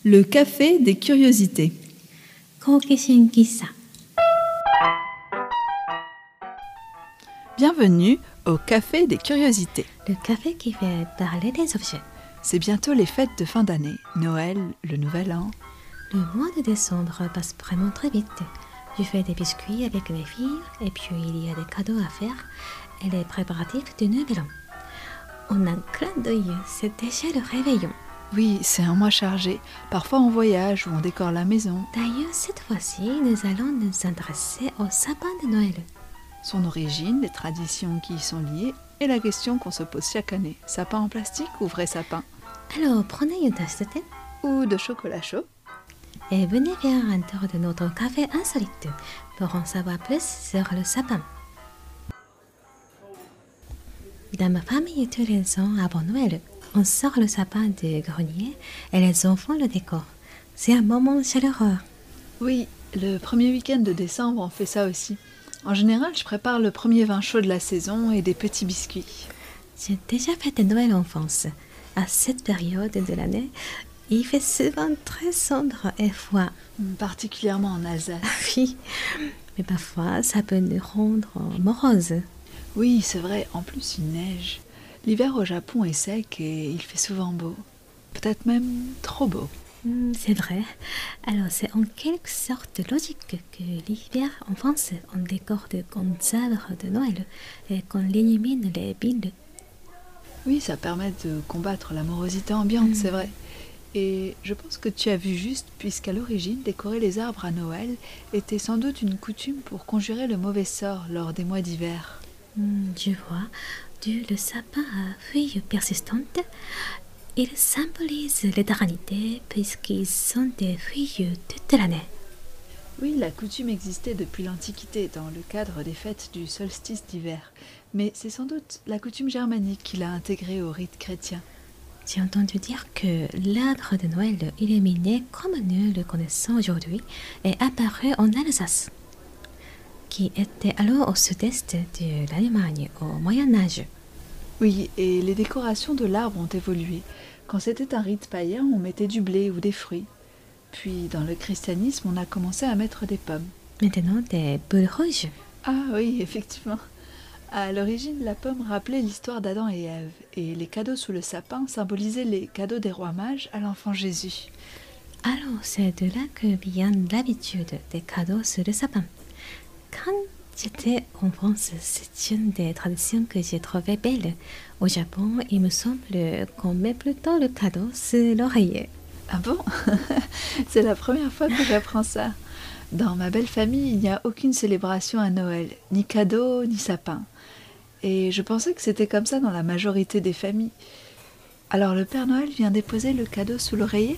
Le café des curiosités. 好奇心喫茶 Bienvenue au café des curiosités. Le café qui fait parler des objets. C'est bientôt les fêtes de fin d'année, Noël, le Nouvel An. Le mois de décembre passe vraiment très vite. Je fais des biscuits avec les filles et puis il y a des cadeaux à faire et les préparatifs du Nouvel An. En un clin d'œil, c'est déjà le réveillon. Oui, c'est un mois chargé. Parfois on voyage ou on décore la maison. D'ailleurs, cette fois-ci, nous allons nous intéresser au sapin de Noël. Son origine, les traditions qui y sont liées et la question qu'on se pose chaque année. Sapin en plastique ou vrai sapin? Alors, prenez une tasse de thé Ou de chocolat chaud? et venez faire un tour de notre café insolite pour en savoir plus sur le sapin. Dans ma famille, tous les ans avant Noël, on sort le sapin du grenier et les enfants le décorent. C'est un moment chaleureux. Oui, le premier week-end de décembre on fait ça aussi. En général, je prépare le premier vin chaud de la saison et des petits biscuits. J'ai déjà fêté Noël en France. À cette période de l'année, il fait souvent très sombre et froid. Particulièrement en Alsace. Oui, mais parfois ça peut nous rendre moroses. Oui, c'est vrai, en plus il neige. L'hiver au Japon est sec et il fait souvent beau. Peut-être même trop beau. C'est vrai. Alors c'est en quelque sorte logique que l'hiver en France, on décore de grands arbres de Noël et qu'on illumine les villes. Oui, ça permet de combattre la morosité ambiante, c'est vrai. Et je pense que tu as vu juste, puisqu'à l'origine, décorer les arbres à Noël était sans doute une coutume pour conjurer le mauvais sort lors des mois d'hiver. Je vois, le sapin à feuilles persistantes, il symbolise l'éternité puisqu'ils sont des feuilles toute l'année. Oui, la coutume existait depuis l'Antiquité dans le cadre des fêtes du solstice d'hiver. Mais c'est sans doute la coutume germanique qui l'a intégrée au rite chrétien. J'ai entendu dire que l'arbre de Noël illuminé comme nous le connaissons aujourd'hui est apparu en Alsace, qui était alors au sud-est de l'Allemagne au Moyen-Âge. Oui, et les décorations de l'arbre ont évolué. Quand c'était un rite païen, on mettait du blé ou des fruits. Puis, dans le christianisme, on a commencé à mettre des pommes. Maintenant, des boules rouges. Ah oui, effectivement. À l'origine, la pomme rappelait l'histoire d'Adam et Ève, et les cadeaux sous le sapin symbolisaient les cadeaux des rois mages à l'enfant Jésus. Alors, c'est de là que vient l'habitude des cadeaux sur le sapin. Quand j'étais en France, c'est une des traditions que j'ai trouvées belles. Au Japon, il me semble qu'on met plutôt le cadeau sur l'oreiller. Ah bon? C'est la première fois que j'apprends ça. Dans ma belle famille, il n'y a aucune célébration à Noël, ni cadeau, ni sapin. Et je pensais que c'était comme ça dans la majorité des familles. Alors le Père Noël vient déposer le cadeau sous l'oreiller?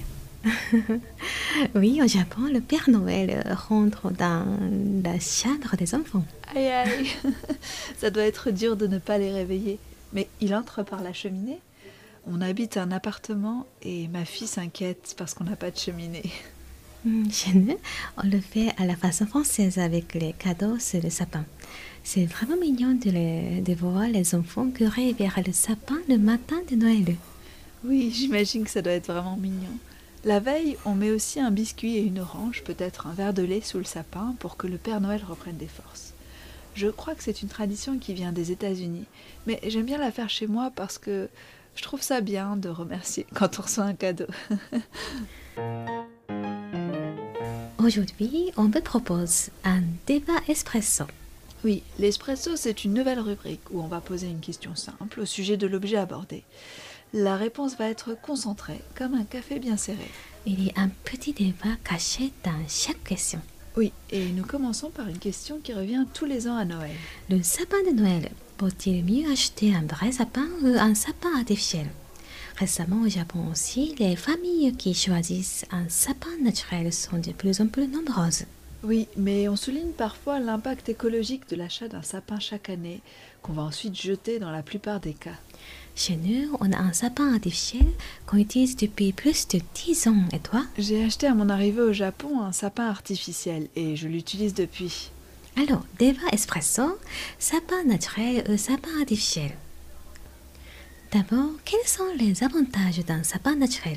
Oui, au Japon, le Père Noël rentre dans la chambre des enfants. Aïe aïe, ça doit être dur de ne pas les réveiller. Mais il entre par la cheminée? On habite un appartement et ma fille s'inquiète parce qu'on n'a pas de cheminée. Chez nous, on le fait à la façon française avec les cadeaux sur le sapin. C'est vraiment mignon de voir les enfants courir vers le sapin le matin de Noël. Oui, j'imagine que ça doit être vraiment mignon. La veille, on met aussi un biscuit et une orange, peut-être un verre de lait sous le sapin pour que le Père Noël reprenne des forces. Je crois que c'est une tradition qui vient des États-Unis, mais j'aime bien la faire chez moi parce que je trouve ça bien de remercier quand on reçoit un cadeau. Aujourd'hui, on vous propose un débat espresso. Oui, l'espresso, c'est une nouvelle rubrique où on va poser une question simple au sujet de l'objet abordé. La réponse va être concentrée, comme un café bien serré. Il y a un petit débat caché dans chaque question. Oui, et nous commençons par une question qui revient tous les ans à Noël. Le sapin de Noël, vaut-il mieux acheter un vrai sapin ou un sapin artificiel? Récemment au Japon aussi, les familles qui choisissent un sapin naturel sont de plus en plus nombreuses. Oui, mais on souligne parfois l'impact écologique de l'achat d'un sapin chaque année, qu'on va ensuite jeter dans la plupart des cas. Chez nous, on a un sapin artificiel qu'on utilise depuis plus de 10 ans. Et toi? J'ai acheté à mon arrivée au Japon un sapin artificiel et je l'utilise depuis. Alors, débat espresso, sapin naturel ou sapin artificiel? D'abord, quels sont les avantages d'un sapin naturel?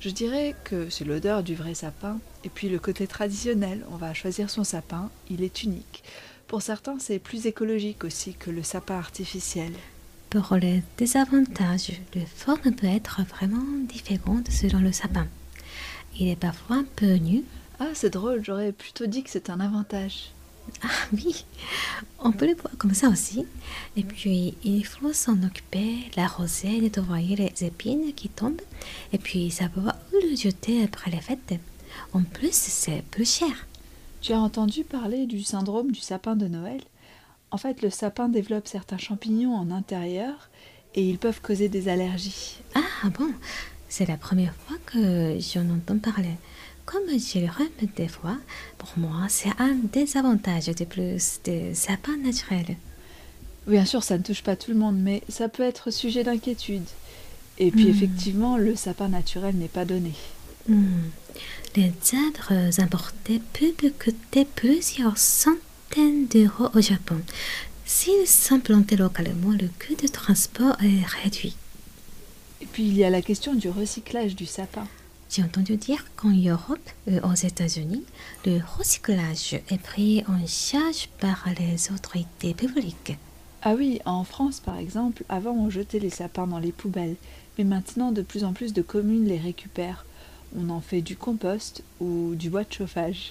Je dirais que c'est l'odeur du vrai sapin, et puis le côté traditionnel, on va choisir son sapin, il est unique. Pour certains, c'est plus écologique aussi que le sapin artificiel. Pour les désavantages, la forme peut être vraiment différente selon le sapin. Il est parfois un peu nu. Ah, c'est drôle, j'aurais plutôt dit que c'est un avantage. Ah oui, on peut le voir comme ça aussi. Et puis, il faut s'en occuper, l'arroser, nettoyer les épines qui tombent. Et puis, savoir où le jeter après les fêtes. En plus, c'est plus cher. Tu as entendu parler du syndrome du sapin de Noël? En fait, le sapin développe certains champignons en intérieur et ils peuvent causer des allergies. Ah bon, c'est la première fois que j'en entends parler. Comme j'ai le rhume des fois, pour moi, c'est un désavantage de plus des sapins naturels. Bien sûr, ça ne touche pas tout le monde, mais ça peut être sujet d'inquiétude. Et puis effectivement, le sapin naturel n'est pas donné. Hmm. Les arbres importés peuvent coûter plusieurs centaines d'euros au Japon. S'ils sont plantés localement, le coût de transport est réduit. Et puis il y a la question du recyclage du sapin. J'ai entendu dire qu'en Europe et aux États-Unis, le recyclage est pris en charge par les autorités publiques. Ah oui, en France par exemple, avant on jetait les sapins dans les poubelles, mais maintenant de plus en plus de communes les récupèrent. On en fait du compost ou du bois de chauffage.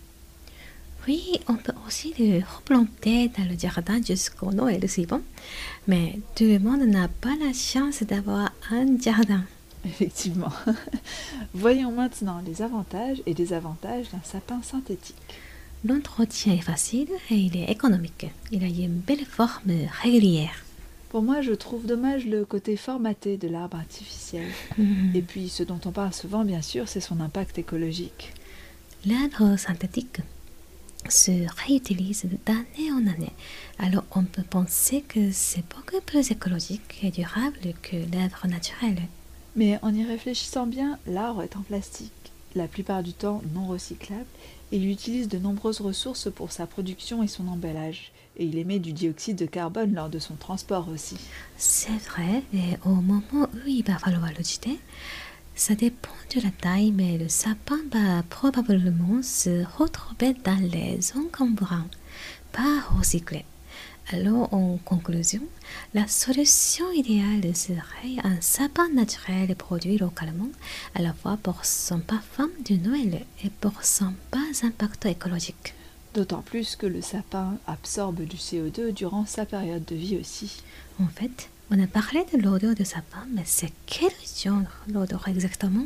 Oui, on peut aussi le replanter dans le jardin jusqu'au Noël suivant, mais tout le monde n'a pas la chance d'avoir un jardin. Effectivement. Voyons maintenant les avantages et désavantages d'un sapin synthétique. L'entretien est facile et il est économique. Il a une belle forme régulière. Pour moi, je trouve dommage le côté formaté de l'arbre artificiel. Et puis, ce dont on parle souvent, bien sûr, c'est son impact écologique. L'arbre synthétique se réutilise d'année en année. Alors on peut penser que c'est beaucoup plus écologique et durable que l'arbre naturel. Mais en y réfléchissant bien, l'arbre est en plastique, la plupart du temps non recyclable, et il utilise de nombreuses ressources pour sa production et son emballage. Et il émet du dioxyde de carbone lors de son transport aussi. C'est vrai, et au moment où il va falloir le jeter, ça dépend de la taille, mais le sapin va probablement se retrouver dans les encombrants, pas recyclé. Alors, en conclusion, la solution idéale serait un sapin naturel produit localement, à la fois pour son parfum de Noël et pour son bas impact écologique. D'autant plus que le sapin absorbe du CO2 durant sa période de vie aussi. En fait, on a parlé de l'odeur de sapin, mais c'est quel genre l'odeur exactement?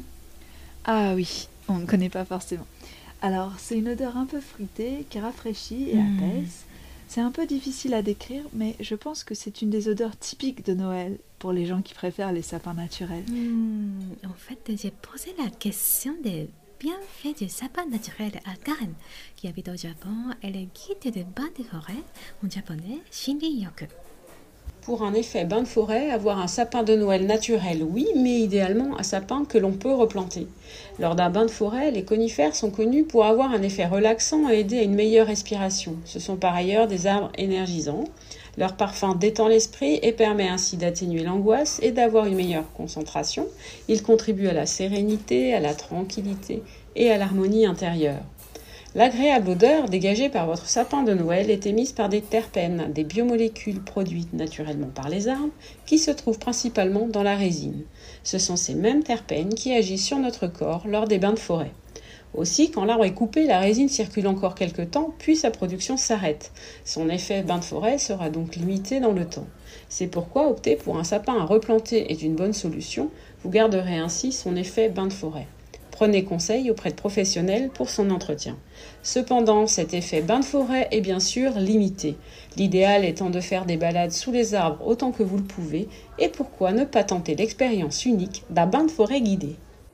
Ah oui, on ne connaît pas forcément. Alors, c'est une odeur un peu fruitée qui rafraîchit et apaise. C'est un peu difficile à décrire, mais je pense que c'est une des odeurs typiques de Noël pour les gens qui préfèrent les sapins naturels. En fait, j'ai posé la question des bienfaits du sapin naturel à Karen, qui habite au Japon, et le guide de bain de forêt en japonais, Shinrin-yoku. Pour un effet bain de forêt, avoir un sapin de Noël naturel, oui, mais idéalement un sapin que l'on peut replanter. Lors d'un bain de forêt, les conifères sont connus pour avoir un effet relaxant et aider à une meilleure respiration. Ce sont par ailleurs des arbres énergisants. Leur parfum détend l'esprit et permet ainsi d'atténuer l'angoisse et d'avoir une meilleure concentration. Ils contribuent à la sérénité, à la tranquillité et à l'harmonie intérieure. L'agréable odeur dégagée par votre sapin de Noël est émise par des terpènes, des biomolécules produites naturellement par les arbres, qui se trouvent principalement dans la résine. Ce sont ces mêmes terpènes qui agissent sur notre corps lors des bains de forêt. Aussi, quand l'arbre est coupé, la résine circule encore quelque temps, puis sa production s'arrête. Son effet bain de forêt sera donc limité dans le temps. C'est pourquoi opter pour un sapin à replanter est une bonne solution, vous garderez ainsi son effet bain de forêt. Prenez conseil auprès de professionnels pour son entretien. Cependant, cet effet bain de forêt est bien sûr limité. L'idéal étant de faire des balades sous les arbres autant que vous le pouvez, et pourquoi ne pas tenter l'expérience unique d'un bain de forêt guidé.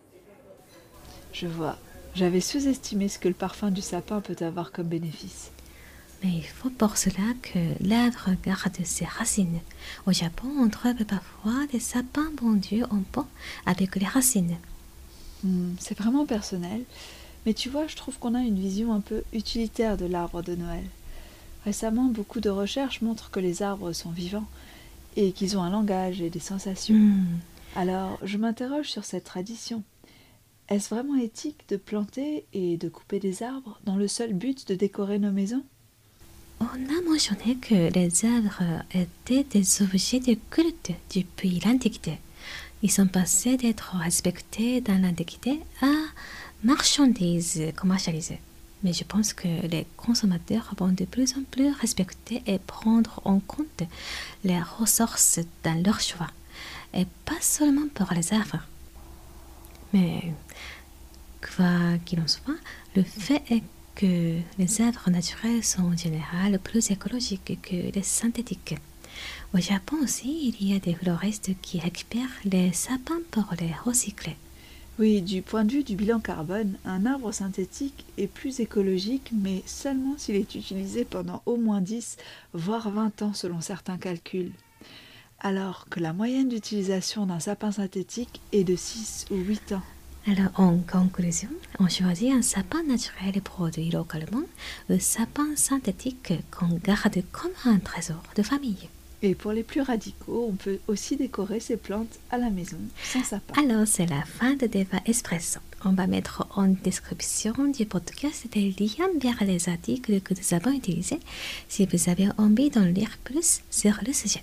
Je vois. J'avais sous-estimé ce que le parfum du sapin peut avoir comme bénéfice. Mais il faut pour cela que l'arbre garde ses racines. Au Japon, on trouve parfois des sapins vendus en pot avec les racines. C'est vraiment personnel, mais tu vois, je trouve qu'on a une vision un peu utilitaire de l'arbre de Noël. Récemment, beaucoup de recherches montrent que les arbres sont vivants et qu'ils ont un langage et des sensations. Alors, je m'interroge sur cette tradition. Est-ce vraiment éthique de planter et de couper des arbres dans le seul but de décorer nos maisons? On a mentionné que les arbres étaient des objets de culte depuis l'Antiquité. Ils sont passés d'être respectés dans l'Antiquité à marchandises commercialisées. Mais je pense que les consommateurs vont de plus en plus respecter et prendre en compte les ressources dans leur choix, et pas seulement pour les arbres. Mais quoi qu'il en soit, le fait est que les arbres naturels sont en général plus écologiques que les synthétiques. Au Japon aussi, il y a des fleuristes qui récupèrent les sapins pour les recycler. Oui, du point de vue du bilan carbone, un arbre synthétique est plus écologique, mais seulement s'il est utilisé pendant au moins 10, voire 20 ans selon certains calculs. Alors que la moyenne d'utilisation d'un sapin synthétique est de 6 ou 8 ans. Alors, en conclusion, on choisit un sapin naturel produit localement, un sapin synthétique qu'on garde comme un trésor de famille. Et pour les plus radicaux, on peut aussi décorer ces plantes à la maison, sans sapin. Alors, c'est la fin de Débat Espresso. On va mettre en description du podcast des liens vers les articles que nous avons utilisés si vous avez envie d'en lire plus sur le sujet.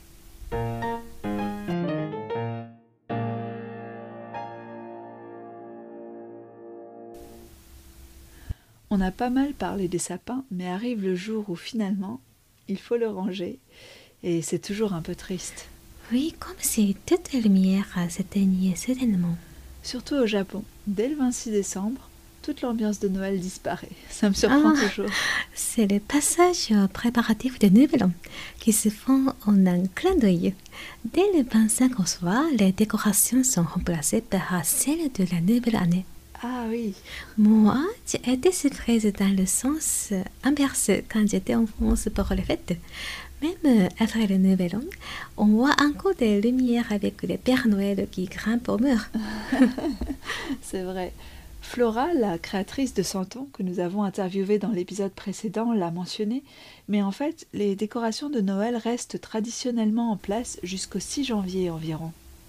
On a pas mal parlé des sapins, mais arrive le jour où finalement, il faut le ranger. Et c'est toujours un peu triste. Oui, comme si toute la lumière s'éteignait soudainement. Surtout au Japon. Dès le 26 décembre, toute l'ambiance de Noël disparaît. Ça me surprend toujours. C'est le passage préparatif de Nouvel An qui se font en un clin d'œil. Dès le 25 au soir, les décorations sont remplacées par celles de la nouvelle année. Ah oui. Moi, j'ai été surprise dans le sens inverse quand j'étais en France pour les fêtes. Même après le Nouvel An, on voit encore des lumières avec les Pères Noël qui grimpent au mur. C'est vrai. Flora, la créatrice de Santon que nous avons interviewée dans l'épisode précédent, l'a mentionné, mais en fait, les décorations de Noël restent traditionnellement en place jusqu'au 6 janvier environ.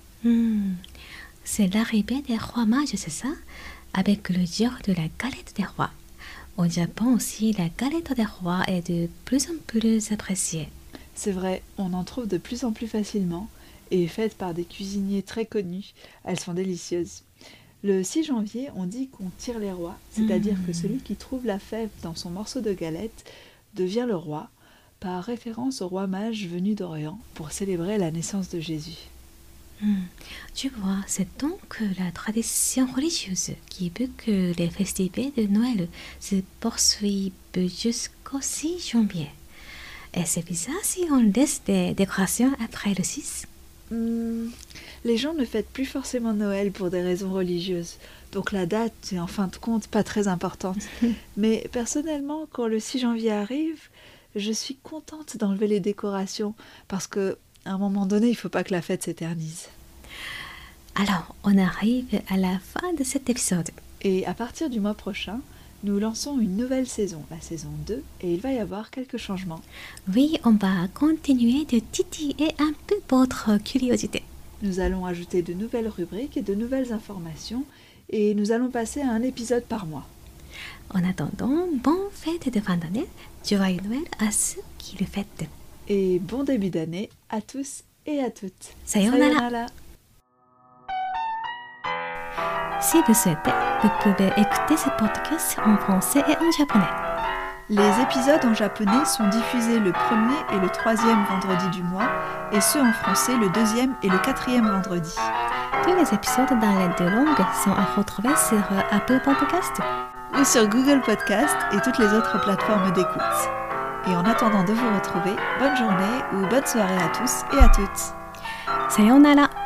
C'est l'arrivée des rois mages, c'est ça? Avec le jour de la galette des rois. Au Japon aussi, la galette des rois est de plus en plus appréciée. C'est vrai, on en trouve de plus en plus facilement, et faites par des cuisiniers très connus, elles sont délicieuses. Le 6 janvier, on dit qu'on tire les rois, c'est-à-dire que celui qui trouve la fève dans son morceau de galette devient le roi, par référence au roi mage venu d'Orient pour célébrer la naissance de Jésus. Tu vois, c'est donc la tradition religieuse qui veut que les festivités de Noël se poursuivent jusqu'au 6 janvier. Et c'est bizarre si on laisse des décorations après le 6. Les gens ne fêtent plus forcément Noël pour des raisons religieuses, donc la date est en fin de compte pas très importante. Mais personnellement, quand le 6 janvier arrive, je suis contente d'enlever les décorations, parce que à un moment donné, il ne faut pas que la fête s'éternise. Alors, on arrive à la fin de cet épisode. Et à partir du mois prochain, nous lançons une nouvelle saison, la saison 2, et il va y avoir quelques changements. Oui, on va continuer de titiller un peu votre curiosité. Nous allons ajouter de nouvelles rubriques et de nouvelles informations, et nous allons passer à un épisode par mois. En attendant, bonne fête de fin d'année, joyeux Noël à ceux qui le fêtent. Et bon début d'année à tous et à toutes. Sayonara. Si vous souhaitez, vous pouvez écouter ce podcast en français et en japonais. Les épisodes en japonais sont diffusés le 1er et le 3e vendredi du mois, et ceux en français le 2e et le 4e vendredi. Tous les épisodes dans les deux langues sont à retrouver sur Apple Podcast ou sur Google Podcast et toutes les autres plateformes d'écoute. Et en attendant de vous retrouver, bonne journée ou bonne soirée à tous et à toutes. Sayonara.